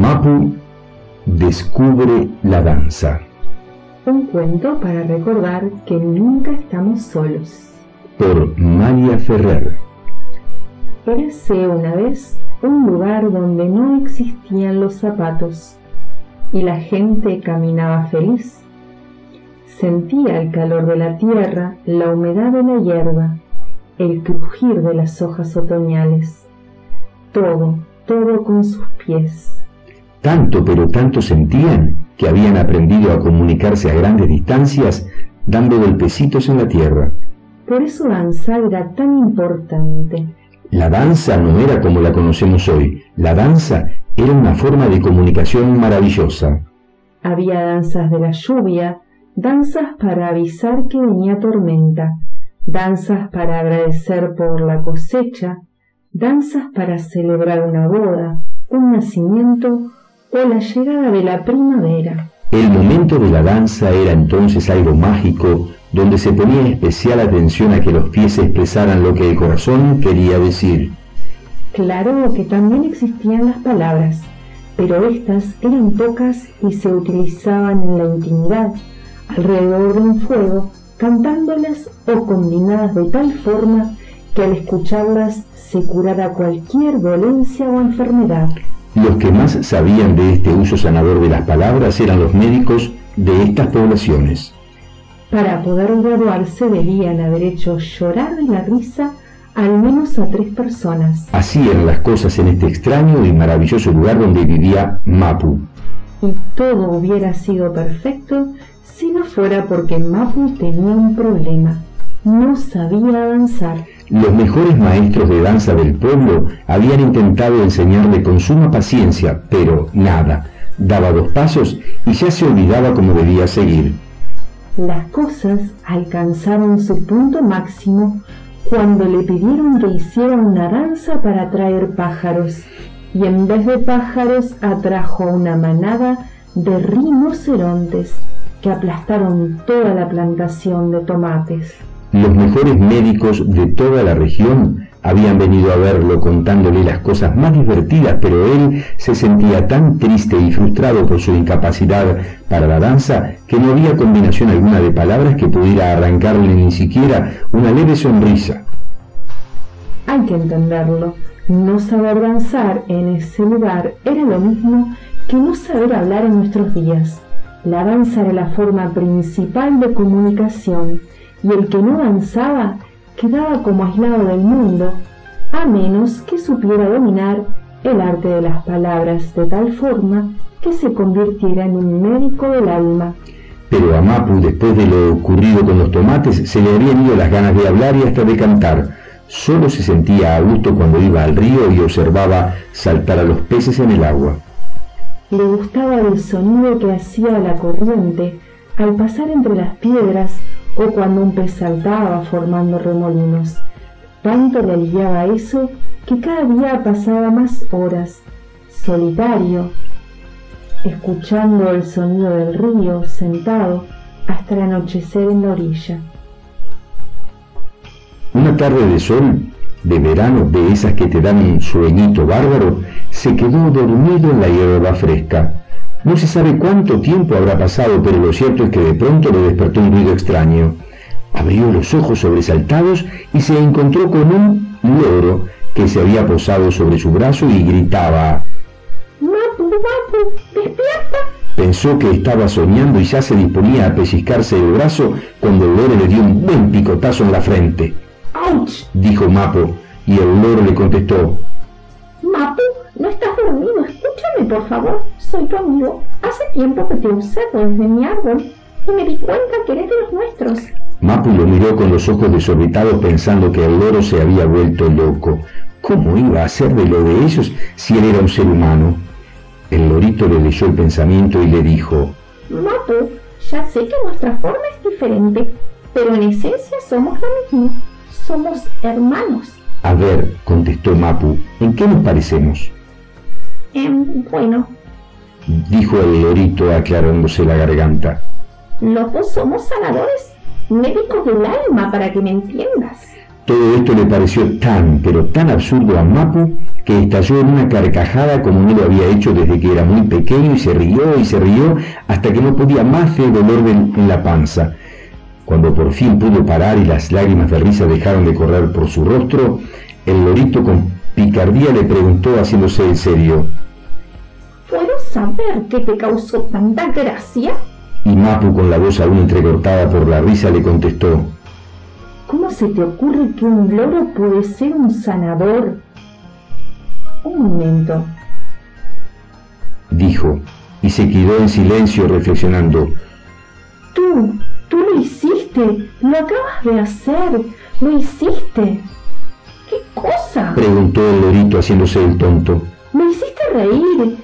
Mapu descubre la danza. Un cuento para recordar que nunca estamos solos. Por María Ferrer. Érase una vez un lugar donde no existían los zapatos y la gente caminaba feliz. Sentía el calor de la tierra, la humedad de la hierba, el crujir de las hojas otoñales. Todo con sus pies. Tanto, pero tanto sentían que habían aprendido a comunicarse a grandes distancias dando golpecitos en la tierra. Por eso danzar era tan importante. La danza no era como la conocemos hoy. La danza era una forma de comunicación maravillosa. Había danzas de la lluvia, danzas para avisar que venía tormenta, danzas para agradecer por la cosecha, danzas para celebrar una boda, un nacimiento o la llegada de la primavera. El momento de la danza era entonces algo mágico, donde se ponía especial atención a que los pies expresaran lo que el corazón quería decir. Claro que también existían las palabras, pero estas eran pocas y se utilizaban en la intimidad, alrededor de un fuego, cantándolas o combinadas de tal forma que al escucharlas se curara cualquier dolencia o enfermedad. Los que más sabían de este uso sanador de las palabras eran los médicos de estas poblaciones. Para poder graduarse debían haber hecho llorar de la risa al menos a 3 personas. Así eran las cosas en este extraño y maravilloso lugar donde vivía Mapu. Y todo hubiera sido perfecto si no fuera porque Mapu tenía un problema. No sabía danzar. Los mejores maestros de danza del pueblo habían intentado enseñarle con suma paciencia, pero nada. Daba 2 pasos y ya se olvidaba cómo debía seguir. Las cosas alcanzaron su punto máximo cuando le pidieron que hiciera una danza para atraer pájaros, y en vez de pájaros atrajo una manada de rinocerontes que aplastaron toda la plantación de tomates. Los mejores médicos de toda la región habían venido a verlo contándole las cosas más divertidas, pero él se sentía tan triste y frustrado por su incapacidad para la danza que no había combinación alguna de palabras que pudiera arrancarle ni siquiera una leve sonrisa. Hay que entenderlo, no saber danzar en ese lugar era lo mismo que no saber hablar en nuestros días. La danza era la forma principal de comunicación, y el que no danzaba quedaba como aislado del mundo, a menos que supiera dominar el arte de las palabras de tal forma que se convirtiera en un médico del alma. Pero a Mapu, después de lo ocurrido con los tomates, se le habían ido las ganas de hablar y hasta de cantar. Solo se sentía a gusto cuando iba al río y observaba saltar a los peces en el agua. Le gustaba el sonido que hacía la corriente al pasar entre las piedras o cuando un pez saltaba formando remolinos. Tanto le aliviaba eso que cada día pasaba más horas, solitario, escuchando el sonido del río, sentado, hasta el anochecer en la orilla. Una tarde de sol, de verano, de esas que te dan un sueñito bárbaro, se quedó dormido en la hierba fresca. No se sabe cuánto tiempo habrá pasado, pero lo cierto es que de pronto le despertó un ruido extraño. Abrió los ojos sobresaltados y se encontró con un loro que se había posado sobre su brazo y gritaba: ¡Mapu, Mapu, despierta! Pensó que estaba soñando y ya se disponía a pellizcarse el brazo cuando el loro le dio un buen picotazo en la frente. ¡Auch!, dijo Mapu, y el loro le contestó: Mapu, no estás dormido, escúchame por favor, soy tu amigo. Hace tiempo que te observo desde mi árbol y me di cuenta que eres de los nuestros. Mapu lo miró con los ojos desorbitados pensando que el loro se había vuelto loco. ¿Cómo iba a ser de lo de ellos si él era un ser humano? El lorito le leyó el pensamiento y le dijo: Mapu, ya sé que nuestra forma es diferente, pero en esencia somos lo mismo. Somos hermanos. A ver, contestó Mapu, ¿en qué nos parecemos? Bueno, dijo el lorito aclarándose la garganta. Los dos somos sanadores, médicos del alma, para que me entiendas. Todo esto le pareció tan, pero tan absurdo a Mapu que estalló en una carcajada como no lo había hecho desde que era muy pequeño, y se rió hasta que no podía más de dolor en la panza. Cuando por fin pudo parar y las lágrimas de risa dejaron de correr por su rostro, el lorito con picardía le preguntó, haciéndose en serio: ¿Puedo saber qué te causó tanta gracia? Y Mapu, con la voz aún entrecortada por la risa, le contestó: ¿Cómo se te ocurre que un loro puede ser un sanador? Un momento, dijo, y se quedó en silencio reflexionando. Tú lo hiciste, lo acabas de hacer, lo hiciste. ¿Qué cosa? Preguntó el lorito haciéndose el tonto. Me hiciste reír,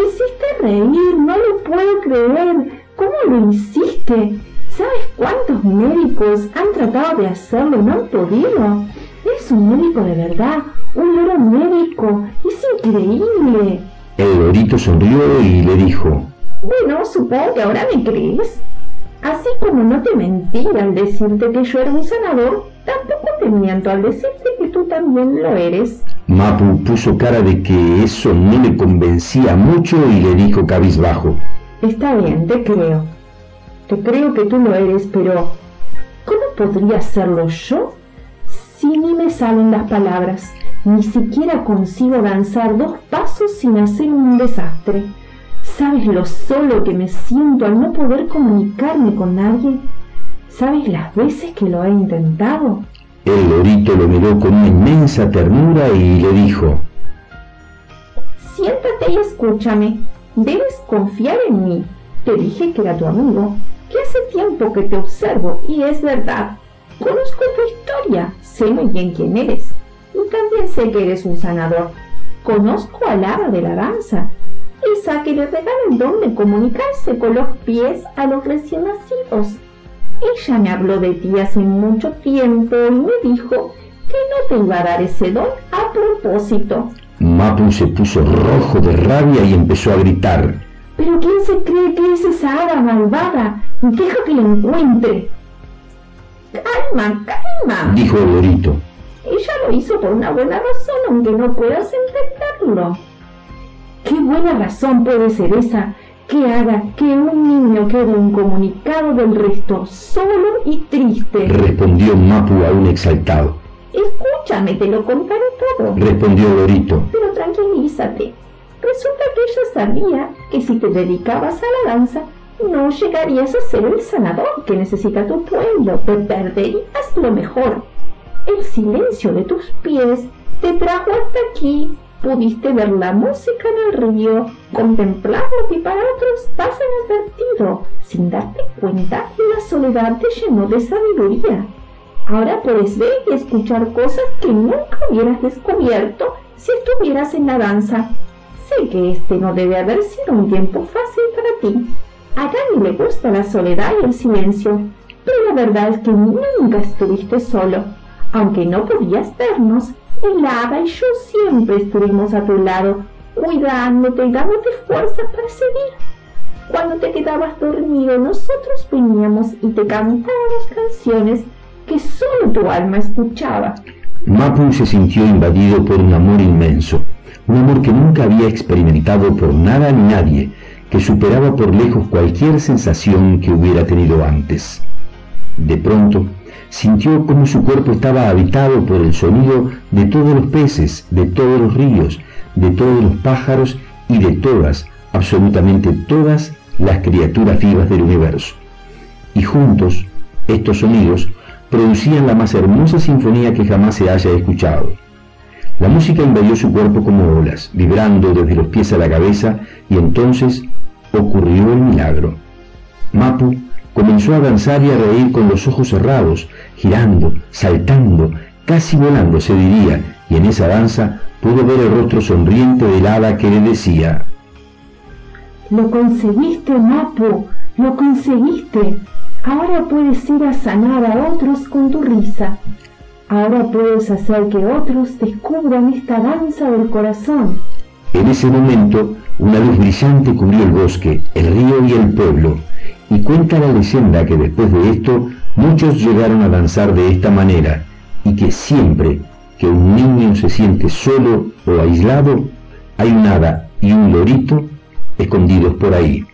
no lo puedo creer. ¿Cómo lo hiciste? ¿Sabes cuántos médicos han tratado de hacerlo y no han podido? Eres un médico de verdad, un loro médico, es increíble. El lorito sonrió y le dijo: Bueno, supongo que ahora me crees. Así como no te mentí al decirte que yo era un sanador, tampoco te miento al decirte que tú también lo eres. Mapu puso cara de que eso no le convencía mucho y le dijo cabizbajo: Está bien, te creo. Te creo que tú lo eres, pero ¿cómo podría serlo yo? Si ni me salen las palabras, ni siquiera consigo danzar 2 pasos sin hacer un desastre. ¿Sabes lo solo que me siento al no poder comunicarme con nadie? ¿Sabes las veces que lo he intentado? El lorito lo miró con una inmensa ternura y le dijo: Siéntate y escúchame. Debes confiar en mí. Te dije que era tu amigo, que hace tiempo que te observo y es verdad. Conozco tu historia, sé muy bien quién eres y también sé que eres un sanador. Conozco al hada de la danza, esa que le regala el don de comunicarse con los pies a los recién nacidos. Ella me habló de ti hace mucho tiempo y me dijo que no te iba a dar ese don a propósito. Mapu se puso rojo de rabia y empezó a gritar: ¿Pero quién se cree que es esa hada malvada? Deja que lo encuentre. Calma, dijo el lorito. Ella lo hizo por una buena razón, aunque no puedas entenderlo. ¿Qué buena razón puede ser esa que haga que un niño quede incomunicado del resto, solo y triste? Respondió Mapu aún exaltado. Escúchame, te lo contaré todo. Respondió el lorito. Pero tranquilízate. Resulta que ella sabía que si te dedicabas a la danza, no llegarías a ser el sanador que necesita tu pueblo. Te perderías lo mejor. El silencio de tus pies te trajo hasta aquí. Pudiste ver la música en el río, contemplar lo que para otros pasa inadvertido. Sin darte cuenta, la soledad te llenó de sabiduría. Ahora puedes ver y escuchar cosas que nunca hubieras descubierto si estuvieras en la danza. Sé que este no debe haber sido un tiempo fácil para ti. A nadie le gusta la soledad y el silencio, pero la verdad es que nunca estuviste solo. Aunque no podías vernos, el hada y yo siempre estuvimos a tu lado, cuidándote y dándote fuerzas para seguir. Cuando te quedabas dormido, nosotros veníamos y te cantábamos canciones que solo tu alma escuchaba. Mapu se sintió invadido por un amor inmenso, un amor que nunca había experimentado por nada ni nadie, que superaba por lejos cualquier sensación que hubiera tenido antes. De pronto, sintió como su cuerpo estaba habitado por el sonido de todos los peces, de todos los ríos, de todos los pájaros y de todas, absolutamente todas, las criaturas vivas del universo. Y juntos, estos sonidos producían la más hermosa sinfonía que jamás se haya escuchado. La música invadió su cuerpo como olas, vibrando desde los pies a la cabeza, y entonces ocurrió el milagro. Mapu comenzó a danzar y a reír con los ojos cerrados, girando, saltando, casi volando se diría, y en esa danza pudo ver el rostro sonriente del hada que le decía: Lo conseguiste, Mapu, lo conseguiste. Ahora puedes ir a sanar a otros con tu risa. Ahora puedes hacer que otros descubran esta danza del corazón. En ese momento, una luz brillante cubrió el bosque, el río y el pueblo, y cuenta la leyenda que después de esto muchos llegaron a danzar de esta manera, y que siempre que un niño se siente solo o aislado, hay un hada y un lorito escondidos por ahí.